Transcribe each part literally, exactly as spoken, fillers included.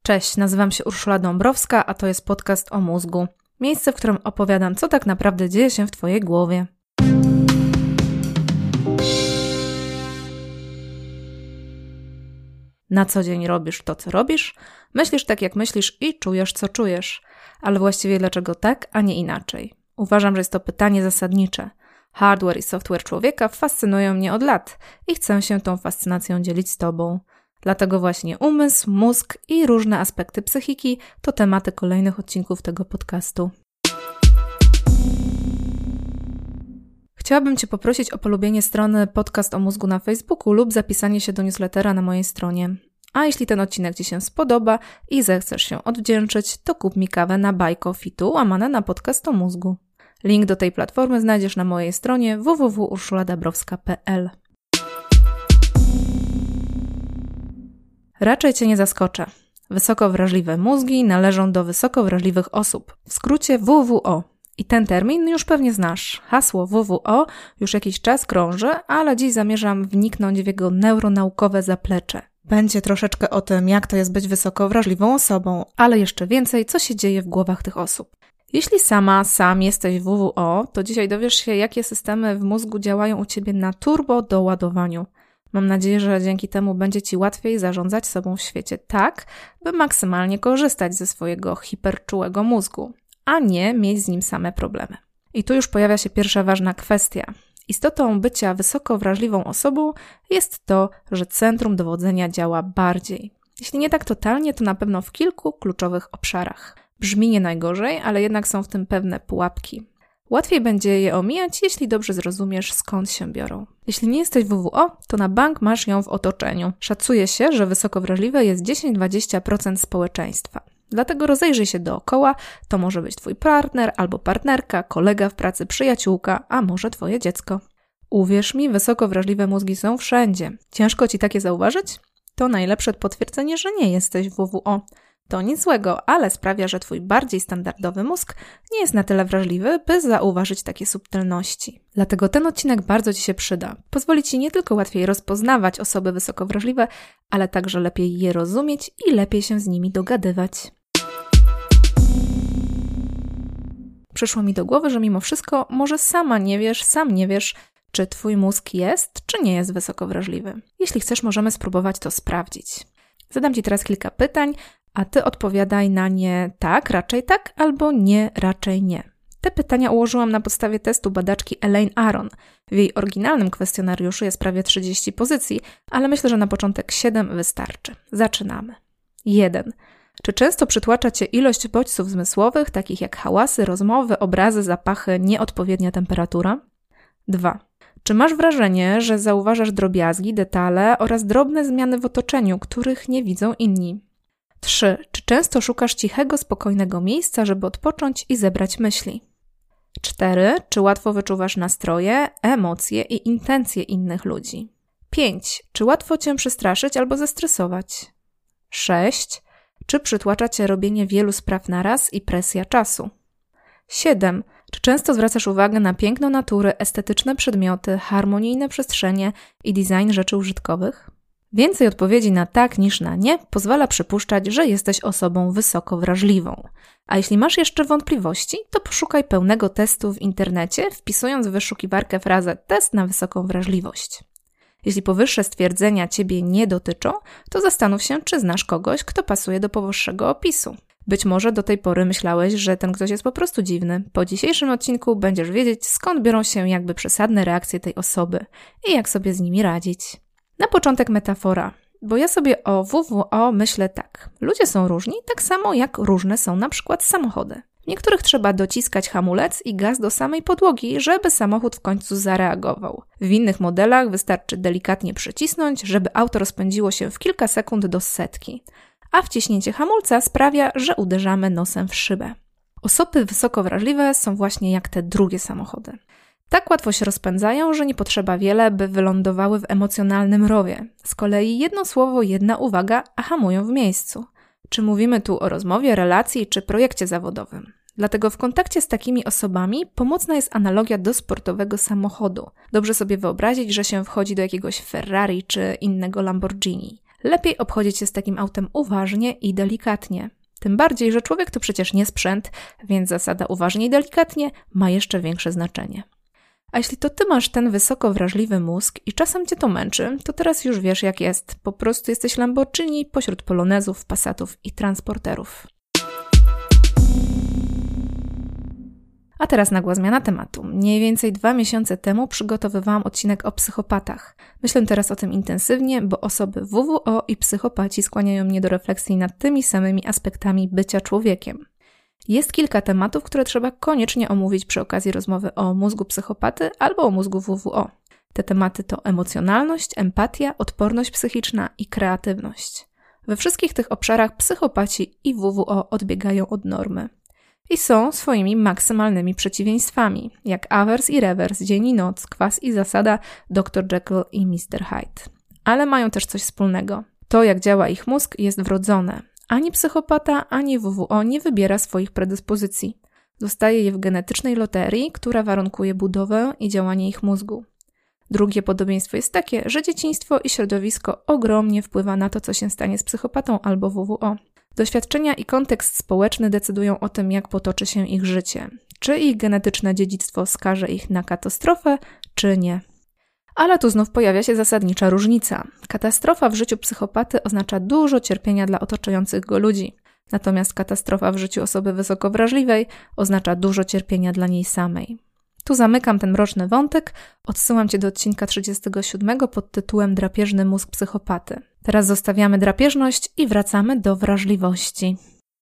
Cześć, nazywam się Urszula Dąbrowska, a to jest podcast o mózgu. Miejsce, w którym opowiadam, co tak naprawdę dzieje się w Twojej głowie. Na co dzień robisz to, co robisz, myślisz tak, jak myślisz i czujesz, co czujesz. Ale właściwie dlaczego tak, a nie inaczej? Uważam, że jest to pytanie zasadnicze. Hardware i software człowieka fascynują mnie od lat i chcę się tą fascynacją dzielić z Tobą. Dlatego właśnie umysł, mózg i różne aspekty psychiki to tematy kolejnych odcinków tego podcastu. Chciałabym Cię poprosić o polubienie strony Podcast o mózgu na Facebooku lub zapisanie się do newslettera na mojej stronie. A jeśli ten odcinek Ci się spodoba i zechcesz się odwdzięczyć, to kup mi kawę na Buy Coffee tu, łamane na Podcast o mózgu. Link do tej platformy znajdziesz na mojej stronie w w w kropka urszula dabrowska kropka p l. Raczej Cię nie zaskoczę. Wysoko wrażliwe mózgi należą do wysoko wrażliwych osób, w skrócie W W O. I ten termin już pewnie znasz. Hasło W W O już jakiś czas krąży, ale dziś zamierzam wniknąć w jego neuronaukowe zaplecze. Będzie troszeczkę o tym, jak to jest być wysoko wrażliwą osobą, ale jeszcze więcej, co się dzieje w głowach tych osób. Jeśli sama, sam jesteś w W W O, to dzisiaj dowiesz się, jakie systemy w mózgu działają u Ciebie na turbo doładowaniu. Mam nadzieję, że dzięki temu będzie Ci łatwiej zarządzać sobą w świecie tak, by maksymalnie korzystać ze swojego hiperczułego mózgu, a nie mieć z nim same problemy. I tu już pojawia się pierwsza ważna kwestia. Istotą bycia wysoko wrażliwą osobą jest to, że centrum dowodzenia działa bardziej. Jeśli nie tak totalnie, to na pewno w kilku kluczowych obszarach. Brzmi nie najgorzej, ale jednak są w tym pewne pułapki. Łatwiej będzie je omijać, jeśli dobrze zrozumiesz, skąd się biorą. Jeśli nie jesteś W W O, to na bank masz ją w otoczeniu. Szacuje się, że wysoko wrażliwe jest dziesięć do dwudziestu procent społeczeństwa. Dlatego rozejrzyj się dookoła, to może być Twój partner albo partnerka, kolega w pracy, przyjaciółka, a może Twoje dziecko. Uwierz mi, wysoko wrażliwe mózgi są wszędzie. Ciężko Ci takie zauważyć? To najlepsze potwierdzenie, że nie jesteś w W W O. To nic złego, ale sprawia, że Twój bardziej standardowy mózg nie jest na tyle wrażliwy, by zauważyć takie subtelności. Dlatego ten odcinek bardzo Ci się przyda. Pozwoli Ci nie tylko łatwiej rozpoznawać osoby wysoko wrażliwe, ale także lepiej je rozumieć i lepiej się z nimi dogadywać. Przyszło mi do głowy, że mimo wszystko może sama nie wiesz, sam nie wiesz, czy Twój mózg jest, czy nie jest wysoko wrażliwy. Jeśli chcesz, możemy spróbować to sprawdzić. Zadam Ci teraz kilka pytań, a Ty odpowiadaj na nie tak, raczej tak, albo nie, raczej nie. Te pytania ułożyłam na podstawie testu badaczki Elaine Aron. W jej oryginalnym kwestionariuszu jest prawie trzydzieści pozycji, ale myślę, że na początek siedem wystarczy. Zaczynamy. jeden. Czy często przytłacza Cię ilość bodźców zmysłowych, takich jak hałasy, rozmowy, obrazy, zapachy, nieodpowiednia temperatura? dwa. Czy masz wrażenie, że zauważasz drobiazgi, detale oraz drobne zmiany w otoczeniu, których nie widzą inni? trzy. Czy często szukasz cichego, spokojnego miejsca, żeby odpocząć i zebrać myśli? cztery. Czy łatwo wyczuwasz nastroje, emocje i intencje innych ludzi? pięć. Czy łatwo Cię przestraszyć albo zestresować? sześć. Czy przytłacza Cię robienie wielu spraw naraz i presja czasu? siedem. Czy często zwracasz uwagę na piękno natury, estetyczne przedmioty, harmonijne przestrzenie i design rzeczy użytkowych? Więcej odpowiedzi na tak niż na nie pozwala przypuszczać, że jesteś osobą wysoko wrażliwą. A jeśli masz jeszcze wątpliwości, to poszukaj pełnego testu w internecie, wpisując w wyszukiwarkę frazę test na wysoką wrażliwość. Jeśli powyższe stwierdzenia Ciebie nie dotyczą, to zastanów się, czy znasz kogoś, kto pasuje do powyższego opisu. Być może do tej pory myślałeś, że ten ktoś jest po prostu dziwny. Po dzisiejszym odcinku będziesz wiedzieć, skąd biorą się jakby przesadne reakcje tej osoby i jak sobie z nimi radzić. Na początek metafora, bo ja sobie o W W O myślę tak. Ludzie są różni, tak samo jak różne są na przykład samochody. W niektórych trzeba dociskać hamulec i gaz do samej podłogi, żeby samochód w końcu zareagował. W innych modelach wystarczy delikatnie przycisnąć, żeby auto rozpędziło się w kilka sekund do setki. A wciśnięcie hamulca sprawia, że uderzamy nosem w szybę. Osoby wysoko wrażliwe są właśnie jak te drugie samochody. Tak łatwo się rozpędzają, że nie potrzeba wiele, by wylądowały w emocjonalnym rowie. Z kolei jedno słowo, jedna uwaga, a hamują w miejscu. Czy mówimy tu o rozmowie, relacji czy projekcie zawodowym? Dlatego w kontakcie z takimi osobami pomocna jest analogia do sportowego samochodu. Dobrze sobie wyobrazić, że się wchodzi do jakiegoś Ferrari czy innego Lamborghini. Lepiej obchodzić się z takim autem uważnie i delikatnie. Tym bardziej, że człowiek to przecież nie sprzęt, więc zasada uważnie i delikatnie ma jeszcze większe znaczenie. A jeśli to ty masz ten wysoko wrażliwy mózg i czasem cię to męczy, to teraz już wiesz jak jest. Po prostu jesteś Lamborghini pośród polonezów, Passatów i transporterów. A teraz nagła zmiana tematu. Mniej więcej dwa miesiące temu przygotowywałam odcinek o psychopatach. Myślę teraz o tym intensywnie, bo osoby W W O i psychopaci skłaniają mnie do refleksji nad tymi samymi aspektami bycia człowiekiem. Jest kilka tematów, które trzeba koniecznie omówić przy okazji rozmowy o mózgu psychopaty albo o mózgu W W O. Te tematy to emocjonalność, empatia, odporność psychiczna i kreatywność. We wszystkich tych obszarach psychopaci i W W O odbiegają od normy. I są swoimi maksymalnymi przeciwieństwami, jak awers i rewers, dzień i noc, kwas i zasada, doktor Jekyll i mister Hyde. Ale mają też coś wspólnego. To, jak działa ich mózg, jest wrodzone. Ani psychopata, ani W W O nie wybiera swoich predyspozycji. Dostaje je w genetycznej loterii, która warunkuje budowę i działanie ich mózgu. Drugie podobieństwo jest takie, że dzieciństwo i środowisko ogromnie wpływa na to, co się stanie z psychopatą albo W W O. Doświadczenia i kontekst społeczny decydują o tym, jak potoczy się ich życie. Czy ich genetyczne dziedzictwo skaże ich na katastrofę, czy nie. Ale tu znów pojawia się zasadnicza różnica. Katastrofa w życiu psychopaty oznacza dużo cierpienia dla otaczających go ludzi. Natomiast katastrofa w życiu osoby wysoko wrażliwej oznacza dużo cierpienia dla niej samej. Tu zamykam ten mroczny wątek, odsyłam Cię do odcinka trzydziestego siódmego pod tytułem Drapieżny mózg psychopaty. Teraz zostawiamy drapieżność i wracamy do wrażliwości.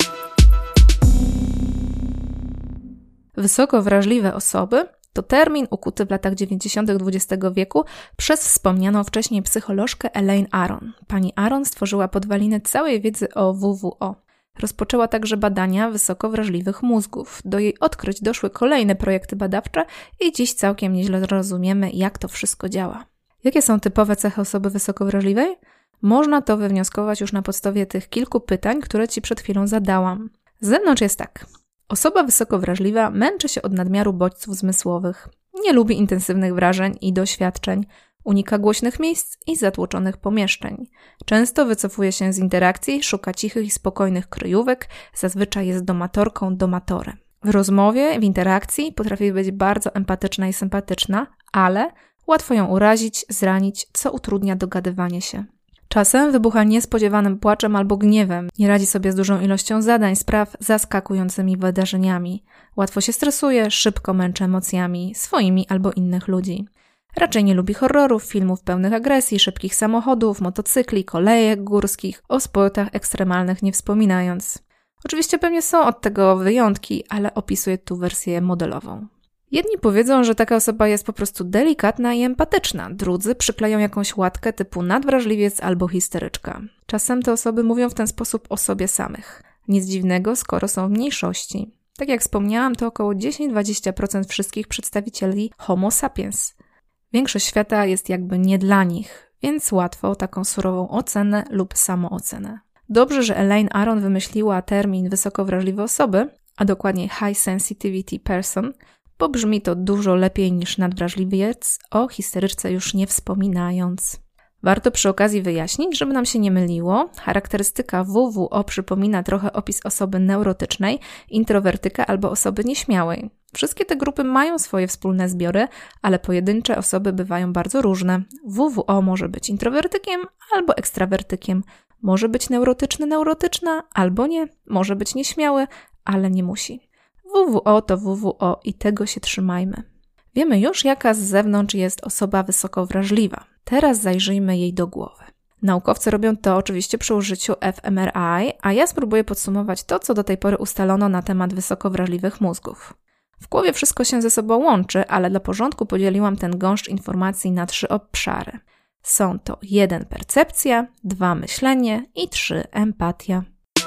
Wysoko wrażliwe osoby to termin ukuty w latach dziewięćdziesiątych dwudziestego wieku przez wspomnianą wcześniej psycholożkę Elaine Aron. Pani Aron stworzyła podwaliny całej wiedzy o W W O. Rozpoczęła także badania wysoko wrażliwych mózgów. Do jej odkryć doszły kolejne projekty badawcze i dziś całkiem nieźle rozumiemy, jak to wszystko działa. Jakie są typowe cechy osoby wysoko wrażliwej? Można to wywnioskować już na podstawie tych kilku pytań, które Ci przed chwilą zadałam. Z zewnątrz jest tak. Osoba wysoko wrażliwa męczy się od nadmiaru bodźców zmysłowych. Nie lubi intensywnych wrażeń i doświadczeń. Unika głośnych miejsc i zatłoczonych pomieszczeń. Często wycofuje się z interakcji, szuka cichych i spokojnych kryjówek, zazwyczaj jest domatorką, domatorem. W rozmowie, w interakcji potrafi być bardzo empatyczna i sympatyczna, ale łatwo ją urazić, zranić, co utrudnia dogadywanie się. Czasem wybucha niespodziewanym płaczem albo gniewem, nie radzi sobie z dużą ilością zadań, spraw, zaskakującymi wydarzeniami. Łatwo się stresuje, szybko męczy emocjami, swoimi albo innych ludzi. Raczej nie lubi horrorów, filmów pełnych agresji, szybkich samochodów, motocykli, kolejek górskich, o sportach ekstremalnych nie wspominając. Oczywiście pewnie są od tego wyjątki, ale opisuję tu wersję modelową. Jedni powiedzą, że taka osoba jest po prostu delikatna i empatyczna, drudzy przykleją jakąś łatkę typu nadwrażliwiec albo histeryczka. Czasem te osoby mówią w ten sposób o sobie samych. Nic dziwnego, skoro są w mniejszości. Tak jak wspomniałam, to około dziesięć do dwudziestu procent wszystkich przedstawicieli Homo sapiens. Większość świata jest jakby nie dla nich, więc łatwo o taką surową ocenę lub samoocenę. Dobrze, że Elaine Aron wymyśliła termin wysoko wrażliwe osoby, a dokładniej high sensitivity person, bo brzmi to dużo lepiej niż nadwrażliwiec, o histeryczce już nie wspominając. Warto przy okazji wyjaśnić, żeby nam się nie myliło, charakterystyka W W O przypomina trochę opis osoby neurotycznej, introwertyka albo osoby nieśmiałej. Wszystkie te grupy mają swoje wspólne zbiory, ale pojedyncze osoby bywają bardzo różne. W W O może być introwertykiem albo ekstrawertykiem, może być neurotyczny, neurotyczna albo nie, może być nieśmiały, ale nie musi. W W O to W W O i tego się trzymajmy. Wiemy już, jaka z zewnątrz jest osoba wysoko wrażliwa. Teraz zajrzyjmy jej do głowy. Naukowcy robią to oczywiście przy użyciu F M R I, a ja spróbuję podsumować to, co do tej pory ustalono na temat wysoko wrażliwych mózgów. W głowie wszystko się ze sobą łączy, ale dla porządku podzieliłam ten gąszcz informacji na trzy obszary. Są to jeden percepcja, dwa myślenie i trzy empatia.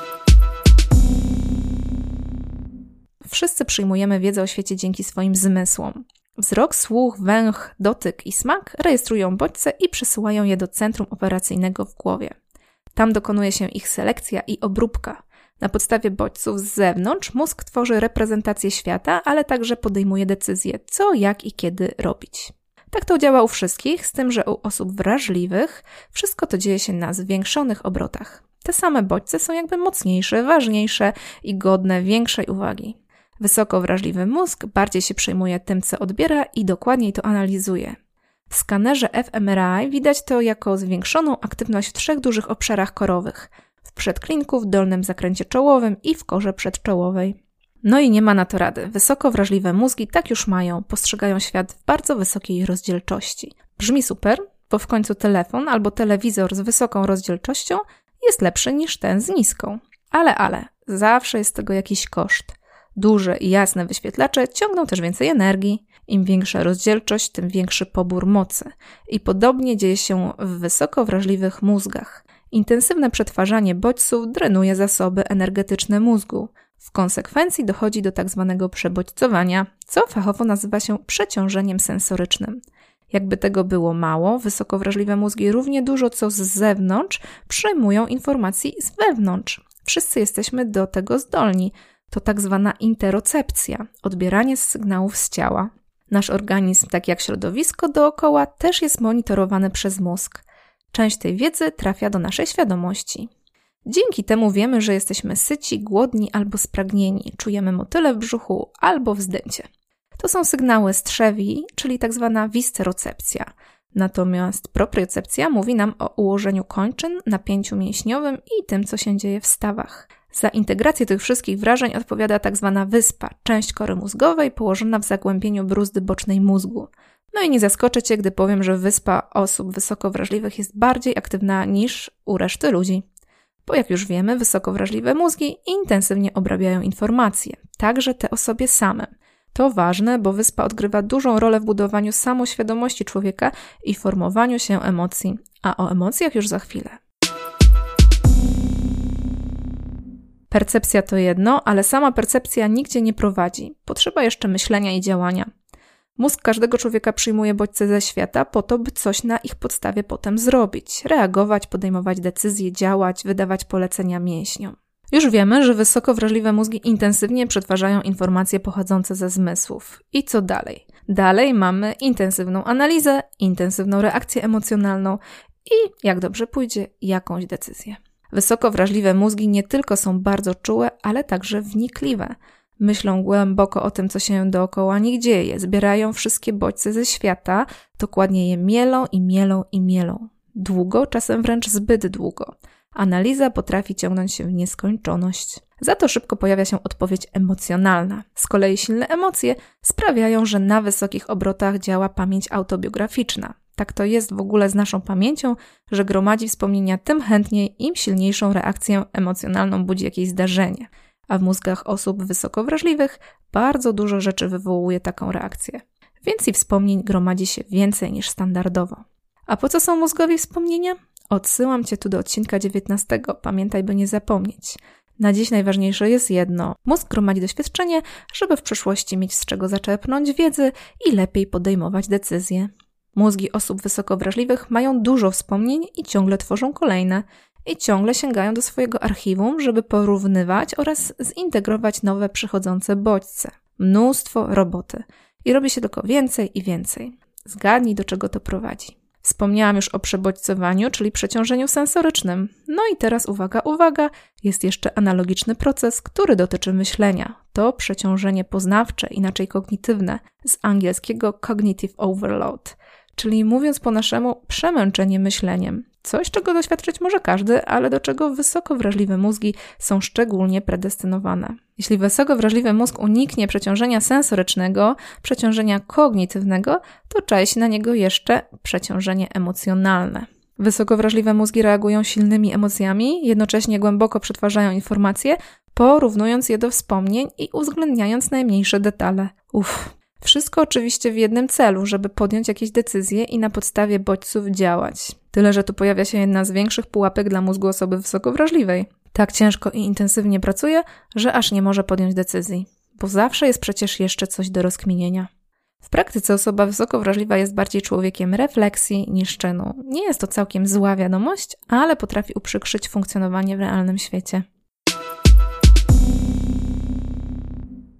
Wszyscy przyjmujemy wiedzę o świecie dzięki swoim zmysłom. Wzrok, słuch, węch, dotyk i smak rejestrują bodźce i przesyłają je do centrum operacyjnego w głowie. Tam dokonuje się ich selekcja i obróbka. Na podstawie bodźców z zewnątrz mózg tworzy reprezentację świata, ale także podejmuje decyzje, co, jak i kiedy robić. Tak to działa u wszystkich, z tym, że u osób wrażliwych wszystko to dzieje się na zwiększonych obrotach. Te same bodźce są jakby mocniejsze, ważniejsze i godne większej uwagi. Wysoko wrażliwy mózg bardziej się przejmuje tym, co odbiera i dokładniej to analizuje. W skanerze F M R I widać to jako zwiększoną aktywność w trzech dużych obszarach korowych. W przedklinku, w dolnym zakręcie czołowym i w korze przedczołowej. No i nie ma na to rady. Wysoko wrażliwe mózgi tak już mają, postrzegają świat w bardzo wysokiej rozdzielczości. Brzmi super, bo w końcu telefon albo telewizor z wysoką rozdzielczością jest lepszy niż ten z niską. Ale, ale, zawsze jest tego jakiś koszt. Duże i jasne wyświetlacze ciągną też więcej energii. Im większa rozdzielczość, tym większy pobór mocy. I podobnie dzieje się w wysoko wrażliwych mózgach. Intensywne przetwarzanie bodźców drenuje zasoby energetyczne mózgu. W konsekwencji dochodzi do tak zwanego przebodźcowania, co fachowo nazywa się przeciążeniem sensorycznym. Jakby tego było mało, wysoko wrażliwe mózgi równie dużo co z zewnątrz przyjmują informacji z wewnątrz. Wszyscy jesteśmy do tego zdolni. To tak zwana interocepcja, odbieranie sygnałów z ciała. Nasz organizm, tak jak środowisko dookoła, też jest monitorowany przez mózg. Część tej wiedzy trafia do naszej świadomości. Dzięki temu wiemy, że jesteśmy syci, głodni albo spragnieni, czujemy motyle w brzuchu albo wzdęcie. To są sygnały strzewi, czyli tak zwana wiscerocepcja. Natomiast propriocepcja mówi nam o ułożeniu kończyn, napięciu mięśniowym i tym, co się dzieje w stawach. Za integrację tych wszystkich wrażeń odpowiada tak zwana wyspa, część kory mózgowej położona w zagłębieniu bruzdy bocznej mózgu. No i nie zaskoczę Cię, gdy powiem, że wyspa osób wysoko wrażliwych jest bardziej aktywna niż u reszty ludzi. Bo jak już wiemy, wysoko wrażliwe mózgi intensywnie obrabiają informacje, także te o sobie samym. To ważne, bo wyspa odgrywa dużą rolę w budowaniu samoświadomości człowieka i formowaniu się emocji, a o emocjach już za chwilę. Percepcja to jedno, ale sama percepcja nigdzie nie prowadzi. Potrzeba jeszcze myślenia i działania. Mózg każdego człowieka przyjmuje bodźce ze świata po to, by coś na ich podstawie potem zrobić, reagować, podejmować decyzje, działać, wydawać polecenia mięśniom. Już wiemy, że wysoko wrażliwe mózgi intensywnie przetwarzają informacje pochodzące ze zmysłów. I co dalej? Dalej mamy intensywną analizę, intensywną reakcję emocjonalną i, jak dobrze pójdzie, jakąś decyzję. Wysoko wrażliwe mózgi nie tylko są bardzo czułe, ale także wnikliwe. Myślą głęboko o tym, co się dookoła nich dzieje, zbierają wszystkie bodźce ze świata, dokładnie je mielą i mielą i mielą. Długo, czasem wręcz zbyt długo. Analiza potrafi ciągnąć się w nieskończoność. Za to szybko pojawia się odpowiedź emocjonalna. Z kolei silne emocje sprawiają, że na wysokich obrotach działa pamięć autobiograficzna. Tak to jest w ogóle z naszą pamięcią, że gromadzi wspomnienia tym chętniej, im silniejszą reakcję emocjonalną budzi jakieś zdarzenie. A w mózgach osób wysoko wrażliwych bardzo dużo rzeczy wywołuje taką reakcję. Więc i wspomnień gromadzi się więcej niż standardowo. A po co są mózgowi wspomnienia? Odsyłam Cię tu do odcinka dziewiętnastego, pamiętaj, by nie zapomnieć. Na dziś najważniejsze jest jedno. Mózg gromadzi doświadczenie, żeby w przyszłości mieć z czego zaczerpnąć wiedzy i lepiej podejmować decyzje. Mózgi osób wysoko wrażliwych mają dużo wspomnień i ciągle tworzą kolejne. I ciągle sięgają do swojego archiwum, żeby porównywać oraz zintegrować nowe przychodzące bodźce. Mnóstwo roboty. I robi się tylko więcej i więcej. Zgadnij, do czego to prowadzi. Wspomniałam już o przebodźcowaniu, czyli przeciążeniu sensorycznym. No i teraz uwaga, uwaga, jest jeszcze analogiczny proces, który dotyczy myślenia. To przeciążenie poznawcze, inaczej kognitywne, z angielskiego cognitive overload, czyli mówiąc po naszemu przemęczenie myśleniem. Coś, czego doświadczyć może każdy, ale do czego wysoko wrażliwe mózgi są szczególnie predestynowane. Jeśli wysoko wrażliwy mózg uniknie przeciążenia sensorycznego, przeciążenia kognitywnego, to czai się na niego jeszcze przeciążenie emocjonalne. Wysoko wrażliwe mózgi reagują silnymi emocjami, jednocześnie głęboko przetwarzają informacje, porównując je do wspomnień i uwzględniając najmniejsze detale. Uff. Wszystko oczywiście w jednym celu, żeby podjąć jakieś decyzje i na podstawie bodźców działać. Tyle, że tu pojawia się jedna z większych pułapek dla mózgu osoby wysoko wrażliwej. Tak ciężko i intensywnie pracuje, że aż nie może podjąć decyzji. Bo zawsze jest przecież jeszcze coś do rozkminienia. W praktyce osoba wysoko wrażliwa jest bardziej człowiekiem refleksji niż czynu. Nie jest to całkiem zła wiadomość, ale potrafi uprzykrzyć funkcjonowanie w realnym świecie.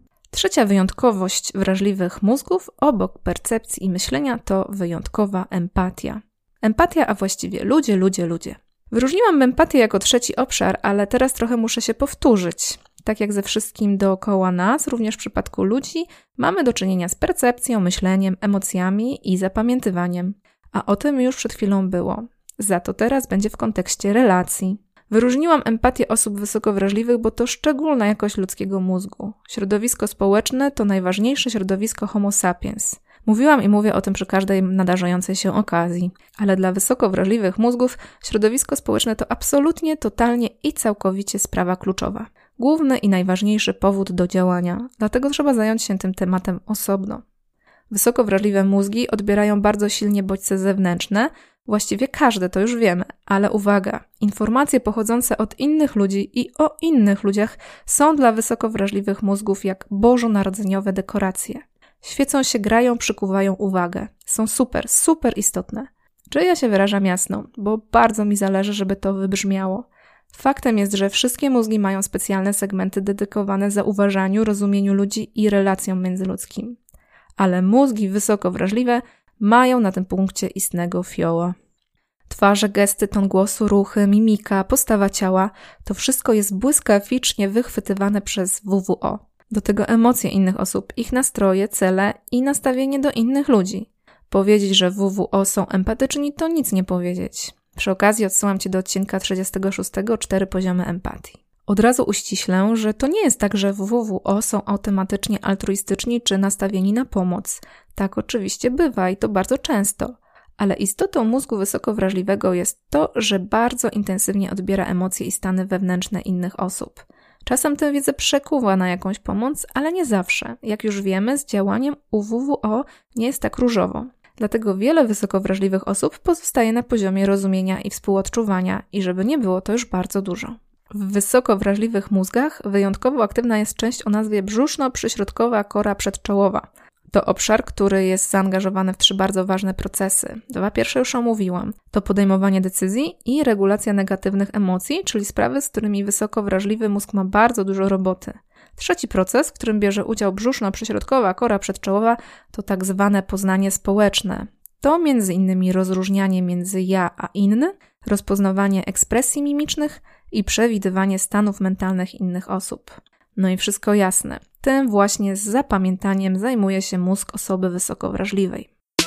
Trzecia wyjątkowość wrażliwych mózgów obok percepcji i myślenia to wyjątkowa empatia. Empatia, a właściwie ludzie, ludzie, ludzie. Wyróżniłam empatię jako trzeci obszar, ale teraz trochę muszę się powtórzyć. Tak jak ze wszystkim dookoła nas, również w przypadku ludzi, mamy do czynienia z percepcją, myśleniem, emocjami i zapamiętywaniem. A o tym już przed chwilą było. Za to teraz będzie w kontekście relacji. Wyróżniłam empatię osób wysoko wrażliwych, bo to szczególna jakość ludzkiego mózgu. Środowisko społeczne to najważniejsze środowisko homo sapiens. Mówiłam i mówię o tym przy każdej nadarzającej się okazji. Ale dla wysoko wrażliwych mózgów środowisko społeczne to absolutnie, totalnie i całkowicie sprawa kluczowa. Główny i najważniejszy powód do działania, dlatego trzeba zająć się tym tematem osobno. Wysoko wrażliwe mózgi odbierają bardzo silnie bodźce zewnętrzne, właściwie każde, to już wiemy, ale uwaga, informacje pochodzące od innych ludzi i o innych ludziach są dla wysoko wrażliwych mózgów jak bożonarodzeniowe dekoracje. Świecą się, grają, przykuwają uwagę. Są super, super istotne. Czy ja się wyrażam jasno, bo bardzo mi zależy, żeby to wybrzmiało. Faktem jest, że wszystkie mózgi mają specjalne segmenty dedykowane zauważaniu, rozumieniu ludzi i relacjom międzyludzkim. Ale mózgi wysoko wrażliwe mają na tym punkcie istnego fioła. Twarze, gesty, ton głosu, ruchy, mimika, postawa ciała – to wszystko jest błyskawicznie wychwytywane przez W W O. Do tego emocje innych osób, ich nastroje, cele i nastawienie do innych ludzi. Powiedzieć, że W W O są empatyczni, to nic nie powiedzieć. Przy okazji odsyłam Cię do odcinka trzydziestego szóstego Cztery poziomy empatii. Od razu uściślę, że to nie jest tak, że W W O są automatycznie altruistyczni czy nastawieni na pomoc. Tak oczywiście bywa i to bardzo często. Ale istotą mózgu wysoko wrażliwego jest to, że bardzo intensywnie odbiera emocje i stany wewnętrzne innych osób. Czasem tę wiedzę przekuwa na jakąś pomoc, ale nie zawsze. Jak już wiemy, z działaniem u W W O nie jest tak różowo. Dlatego wiele wysoko wrażliwych osób pozostaje na poziomie rozumienia i współodczuwania i żeby nie było, to już bardzo dużo. W wysoko wrażliwych mózgach wyjątkowo aktywna jest część o nazwie brzuszno-przyśrodkowa kora przedczołowa. To obszar, który jest zaangażowany w trzy bardzo ważne procesy. Dwa pierwsze już omówiłam. To podejmowanie decyzji i regulacja negatywnych emocji, czyli sprawy, z którymi wysoko wrażliwy mózg ma bardzo dużo roboty. Trzeci proces, w którym bierze udział brzuszno-przyśrodkowa kora przedczołowa, to tak zwane poznanie społeczne. To między innymi rozróżnianie między ja a inny, rozpoznawanie ekspresji mimicznych i przewidywanie stanów mentalnych innych osób. No i wszystko jasne. Tym właśnie z zapamiętaniem zajmuje się mózg osoby wysoko wrażliwej.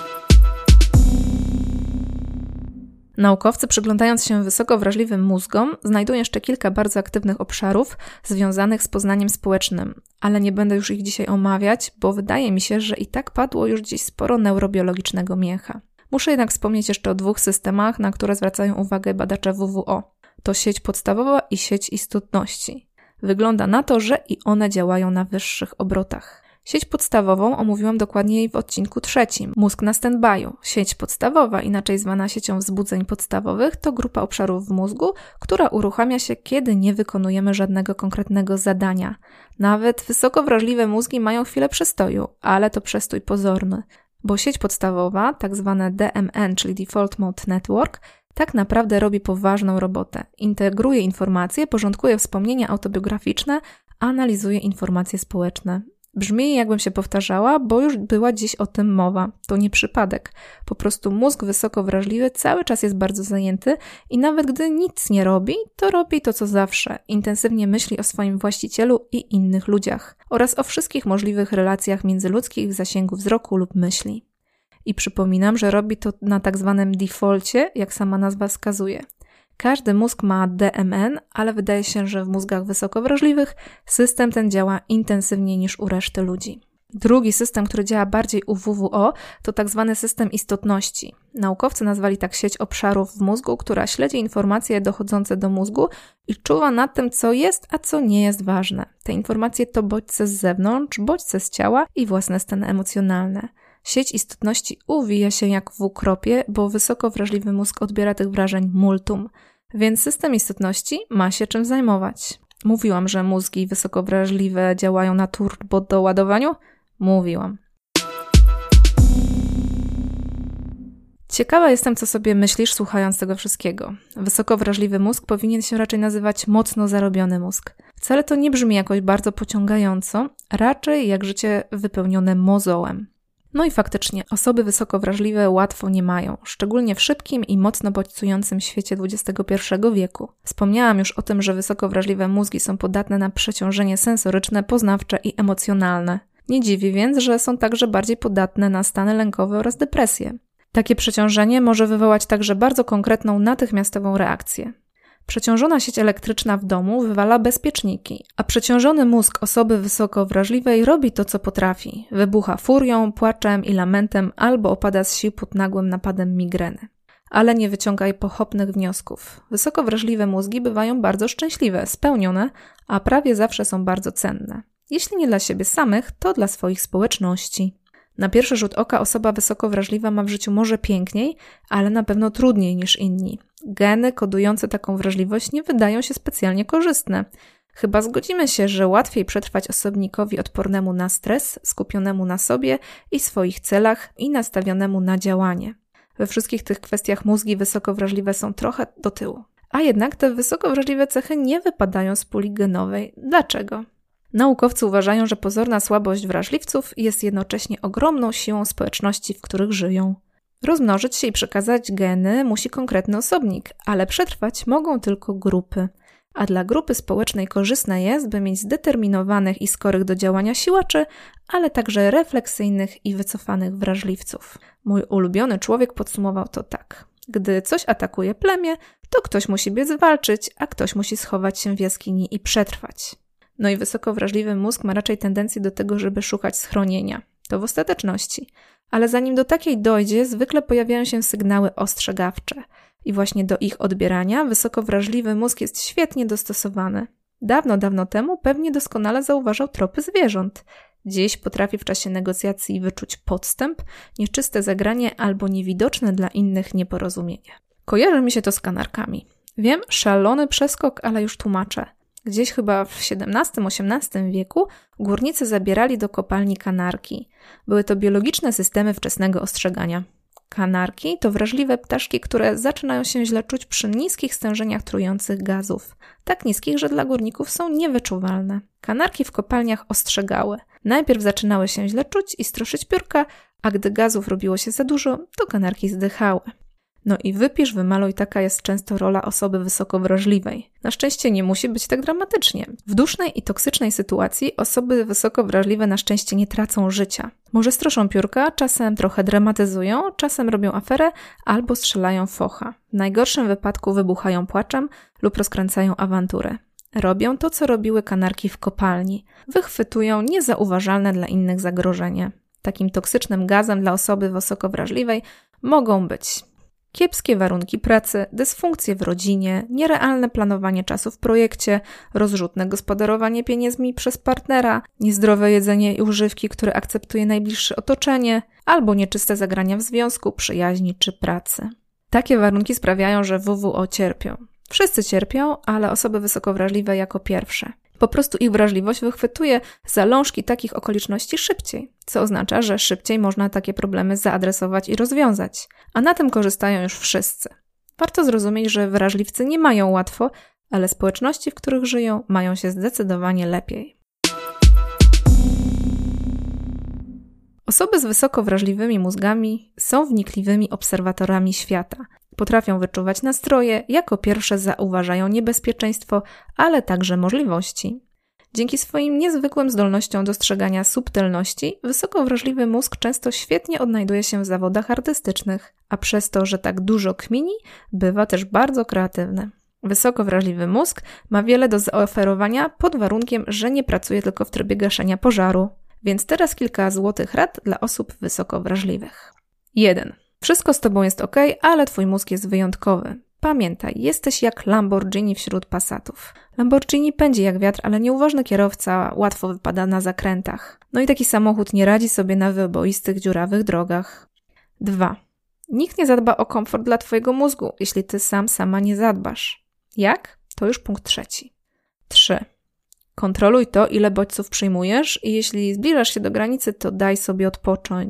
Naukowcy, przyglądając się wysoko wrażliwym mózgom, znajdują jeszcze kilka bardzo aktywnych obszarów związanych z poznaniem społecznym, ale nie będę już ich dzisiaj omawiać, bo wydaje mi się, że i tak padło już dziś sporo neurobiologicznego mięcha. Muszę jednak wspomnieć jeszcze o dwóch systemach, na które zwracają uwagę badacze W W O. To sieć podstawowa i sieć istotności. Wygląda na to, że i one działają na wyższych obrotach. Sieć podstawową omówiłam dokładniej w odcinku trzecim. Mózg na stand-by'u. Sieć podstawowa, inaczej zwana siecią wzbudzeń podstawowych, to grupa obszarów w mózgu, która uruchamia się, kiedy nie wykonujemy żadnego konkretnego zadania. Nawet wysoko wrażliwe mózgi mają chwilę przestoju, ale to przestój pozorny. Bo sieć podstawowa, tak zwane D M N, czyli Default Mode Network, tak naprawdę robi poważną robotę. Integruje informacje, porządkuje wspomnienia autobiograficzne, analizuje informacje społeczne. Brzmi, jakbym się powtarzała, bo już była dziś o tym mowa. To nie przypadek. Po prostu mózg wysoko wrażliwy cały czas jest bardzo zajęty i nawet gdy nic nie robi, to robi to co zawsze. Intensywnie myśli o swoim właścicielu i innych ludziach oraz o wszystkich możliwych relacjach międzyludzkich w zasięgu wzroku lub myśli. I przypominam, że robi to na tak zwanym defaulcie, jak sama nazwa wskazuje. Każdy mózg ma D M N, ale wydaje się, że w mózgach wysoko wrażliwych system ten działa intensywniej niż u reszty ludzi. Drugi system, który działa bardziej u W W O, to tak zwany system istotności. Naukowcy nazwali tak sieć obszarów w mózgu, która śledzi informacje dochodzące do mózgu i czuwa nad tym, co jest, a co nie jest ważne. Te informacje to bodźce z zewnątrz, bodźce z ciała i własne stany emocjonalne. Sieć istotności uwija się jak w ukropie, bo wysoko wrażliwy mózg odbiera tych wrażeń multum, więc system istotności ma się czym zajmować. Mówiłam, że mózgi wysoko wrażliwe działają na turbo doładowaniu? Mówiłam. Ciekawa jestem, co sobie myślisz, słuchając tego wszystkiego. Wysoko wrażliwy mózg powinien się raczej nazywać mocno zarobiony mózg. Wcale to nie brzmi jakoś bardzo pociągająco, raczej jak życie wypełnione mozołem. No i faktycznie, osoby wysoko wrażliwe łatwo nie mają, szczególnie w szybkim i mocno bodźcującym świecie dwudziestego pierwszego wieku. Wspomniałam już o tym, że wysoko wrażliwe mózgi są podatne na przeciążenie sensoryczne, poznawcze i emocjonalne. Nie dziwi więc, że są także bardziej podatne na stany lękowe oraz depresję. Takie przeciążenie może wywołać także bardzo konkretną, natychmiastową reakcję. Przeciążona sieć elektryczna w domu wywala bezpieczniki, a przeciążony mózg osoby wysoko wrażliwej robi to, co potrafi. Wybucha furią, płaczem i lamentem albo opada z sił pod nagłym napadem migreny. Ale nie wyciągaj pochopnych wniosków. Wysoko wrażliwe mózgi bywają bardzo szczęśliwe, spełnione, a prawie zawsze są bardzo cenne. Jeśli nie dla siebie samych, to dla swoich społeczności. Na pierwszy rzut oka osoba wysoko wrażliwa ma w życiu może piękniej, ale na pewno trudniej niż inni. Geny kodujące taką wrażliwość nie wydają się specjalnie korzystne. Chyba zgodzimy się, że łatwiej przetrwać osobnikowi odpornemu na stres, skupionemu na sobie i swoich celach i nastawionemu na działanie. We wszystkich tych kwestiach mózgi wysoko wrażliwe są trochę do tyłu. A jednak te wysoko wrażliwe cechy nie wypadają z puli genowej. Dlaczego? Naukowcy uważają, że pozorna słabość wrażliwców jest jednocześnie ogromną siłą społeczności, w których żyją. Rozmnożyć się i przekazać geny musi konkretny osobnik, ale przetrwać mogą tylko grupy. A dla grupy społecznej korzystne jest, by mieć zdeterminowanych i skorych do działania siłaczy, ale także refleksyjnych i wycofanych wrażliwców. Mój ulubiony człowiek podsumował to tak. Gdy coś atakuje plemię, to ktoś musi biec walczyć, a ktoś musi schować się w jaskini i przetrwać. No i wysoko wrażliwy mózg ma raczej tendencję do tego, żeby szukać schronienia. To w ostateczności. Ale zanim do takiej dojdzie, zwykle pojawiają się sygnały ostrzegawcze. I właśnie do ich odbierania wysoko wrażliwy mózg jest świetnie dostosowany. Dawno, dawno temu pewnie doskonale zauważał tropy zwierząt. Dziś potrafi w czasie negocjacji wyczuć podstęp, nieczyste zagranie albo niewidoczne dla innych nieporozumienie. Kojarzy mi się to z kanarkami. Wiem, szalony przeskok, ale już tłumaczę. Gdzieś chyba w siedemnastym osiemnastym wieku górnicy zabierali do kopalni kanarki. Były to biologiczne systemy wczesnego ostrzegania. Kanarki to wrażliwe ptaszki, które zaczynają się źle czuć przy niskich stężeniach trujących gazów. Tak niskich, że dla górników są niewyczuwalne. Kanarki w kopalniach ostrzegały. Najpierw zaczynały się źle czuć i stroszyć piórka, a gdy gazów robiło się za dużo, to kanarki zdychały. No i wypisz, wymaluj, taka jest często rola osoby wysoko wrażliwej. Na szczęście nie musi być tak dramatycznie. W dusznej i toksycznej sytuacji osoby wysoko wrażliwe na szczęście nie tracą życia. Może stroszą piórka, czasem trochę dramatyzują, czasem robią aferę albo strzelają focha. W najgorszym wypadku wybuchają płaczem lub rozkręcają awanturę. Robią to, co robiły kanarki w kopalni. Wychwytują niezauważalne dla innych zagrożenie. Takim toksycznym gazem dla osoby wysoko wrażliwej mogą być kiepskie warunki pracy, dysfunkcje w rodzinie, nierealne planowanie czasu w projekcie, rozrzutne gospodarowanie pieniędzmi przez partnera, niezdrowe jedzenie i używki, które akceptuje najbliższe otoczenie, albo nieczyste zagrania w związku, przyjaźni czy pracy. Takie warunki sprawiają, że W W O cierpią. Wszyscy cierpią, ale osoby wysoko wrażliwe jako pierwsze. Po prostu ich wrażliwość wychwytuje zalążki takich okoliczności szybciej, co oznacza, że szybciej można takie problemy zaadresować i rozwiązać, a na tym korzystają już wszyscy. Warto zrozumieć, że wrażliwcy nie mają łatwo, ale społeczności, w których żyją, mają się zdecydowanie lepiej. Osoby z wysoko wrażliwymi mózgami są wnikliwymi obserwatorami świata. Potrafią wyczuwać nastroje, jako pierwsze zauważają niebezpieczeństwo, ale także możliwości. Dzięki swoim niezwykłym zdolnościom dostrzegania subtelności, wysoko wrażliwy mózg często świetnie odnajduje się w zawodach artystycznych, a przez to, że tak dużo kmini, bywa też bardzo kreatywny. Wysoko wrażliwy mózg ma wiele do zaoferowania pod warunkiem, że nie pracuje tylko w trybie gaszenia pożaru. Więc teraz kilka złotych rad dla osób wysoko wrażliwych. jeden. Wszystko z tobą jest ok, ale twój mózg jest wyjątkowy. Pamiętaj, jesteś jak Lamborghini wśród Passatów. Lamborghini pędzi jak wiatr, ale nieuważny kierowca łatwo wypada na zakrętach. No i taki samochód nie radzi sobie na wyboistych, dziurawych drogach. dwa. Nikt nie zadba o komfort dla twojego mózgu, jeśli ty sam, sama nie zadbasz. Jak? To już punkt trzeci. trzy. Kontroluj to, ile bodźców przyjmujesz i jeśli zbliżasz się do granicy, to daj sobie odpocząć.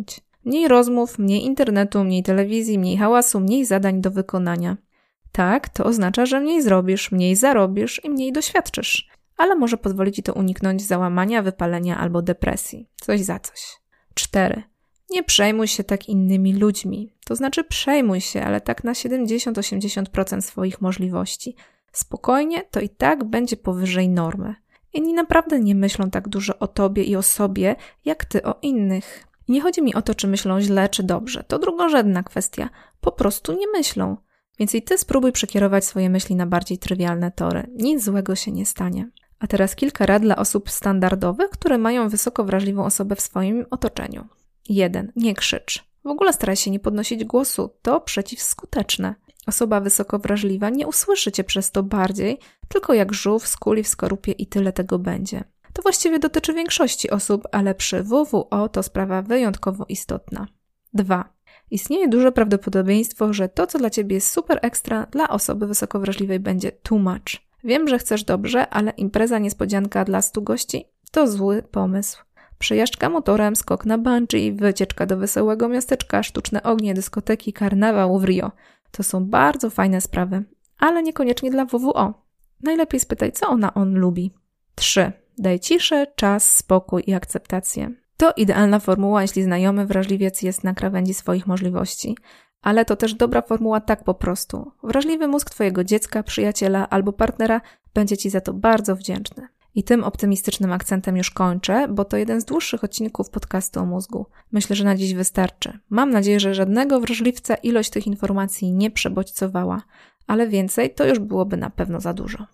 Mniej rozmów, mniej internetu, mniej telewizji, mniej hałasu, mniej zadań do wykonania. Tak, to oznacza, że mniej zrobisz, mniej zarobisz i mniej doświadczysz. Ale może pozwoli Ci to uniknąć załamania, wypalenia albo depresji. Coś za coś. cztery. Nie przejmuj się tak innymi ludźmi. To znaczy przejmuj się, ale tak na siedemdziesiąt do osiemdziesięciu procent swoich możliwości. Spokojnie, to i tak będzie powyżej normy. Inni naprawdę nie myślą tak dużo o Tobie i o sobie, jak Ty o innych. I nie chodzi mi o to, czy myślą źle, czy dobrze. To drugorzędna kwestia. Po prostu nie myślą. Więc i Ty spróbuj przekierować swoje myśli na bardziej trywialne tory. Nic złego się nie stanie. A teraz kilka rad dla osób standardowych, które mają wysoko wrażliwą osobę w swoim otoczeniu. jeden. Nie krzycz. W ogóle staraj się nie podnosić głosu. To przeciwskuteczne. Osoba wysoko wrażliwa nie usłyszy Cię przez to bardziej, tylko jak żółw skuli w skorupie i tyle tego będzie. To właściwie dotyczy większości osób, ale przy W W O to sprawa wyjątkowo istotna. dwa. Istnieje duże prawdopodobieństwo, że to, co dla Ciebie jest super ekstra, dla osoby wysoko wrażliwej będzie too much. Wiem, że chcesz dobrze, ale impreza niespodzianka dla stu gości to zły pomysł. Przejażdżka motorem, skok na bungee, wycieczka do wesołego miasteczka, sztuczne ognie, dyskoteki, karnawał w Rio. To są bardzo fajne sprawy, ale niekoniecznie dla W W O. Najlepiej spytaj, co ona on lubi. trzy. Daj ciszę, czas, spokój i akceptację. To idealna formuła, jeśli znajomy wrażliwiec jest na krawędzi swoich możliwości. Ale to też dobra formuła tak po prostu. Wrażliwy mózg Twojego dziecka, przyjaciela albo partnera będzie Ci za to bardzo wdzięczny. I tym optymistycznym akcentem już kończę, bo to jeden z dłuższych odcinków podcastu o mózgu. Myślę, że na dziś wystarczy. Mam nadzieję, że żadnego wrażliwca ilość tych informacji nie przebodźcowała, ale więcej to już byłoby na pewno za dużo.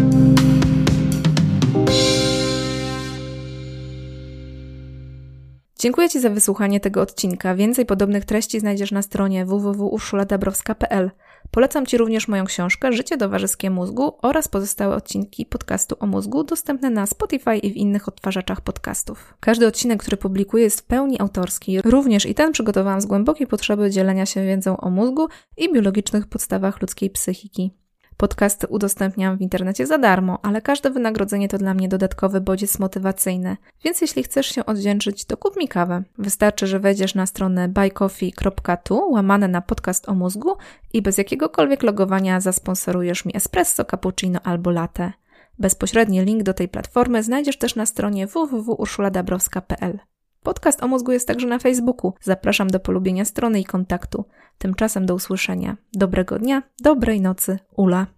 Dziękuję Ci za wysłuchanie tego odcinka. Więcej podobnych treści znajdziesz na stronie w w w kropka urszula dabrowska kropka p l. Polecam Ci również moją książkę Życie towarzyskie mózgu oraz pozostałe odcinki podcastu o mózgu dostępne na Spotify i w innych odtwarzaczach podcastów. Każdy odcinek, który publikuję, jest w pełni autorski. Również i ten przygotowałam z głębokiej potrzeby dzielenia się wiedzą o mózgu i biologicznych podstawach ludzkiej psychiki. Podcasty udostępniam w internecie za darmo, ale każde wynagrodzenie to dla mnie dodatkowy bodziec motywacyjny, więc jeśli chcesz się odwdzięczyć, to kup mi kawę. Wystarczy, że wejdziesz na stronę buycoffee kropka to łamane na podcast o mózgu i bez jakiegokolwiek logowania zasponsorujesz mi espresso, cappuccino albo latte. Bezpośredni link do tej platformy znajdziesz też na stronie w w w kropka urszula dabrowska kropka p l. Podcast o mózgu jest także na Facebooku. Zapraszam do polubienia strony i kontaktu. Tymczasem do usłyszenia. Dobrego dnia, dobrej nocy, Ula.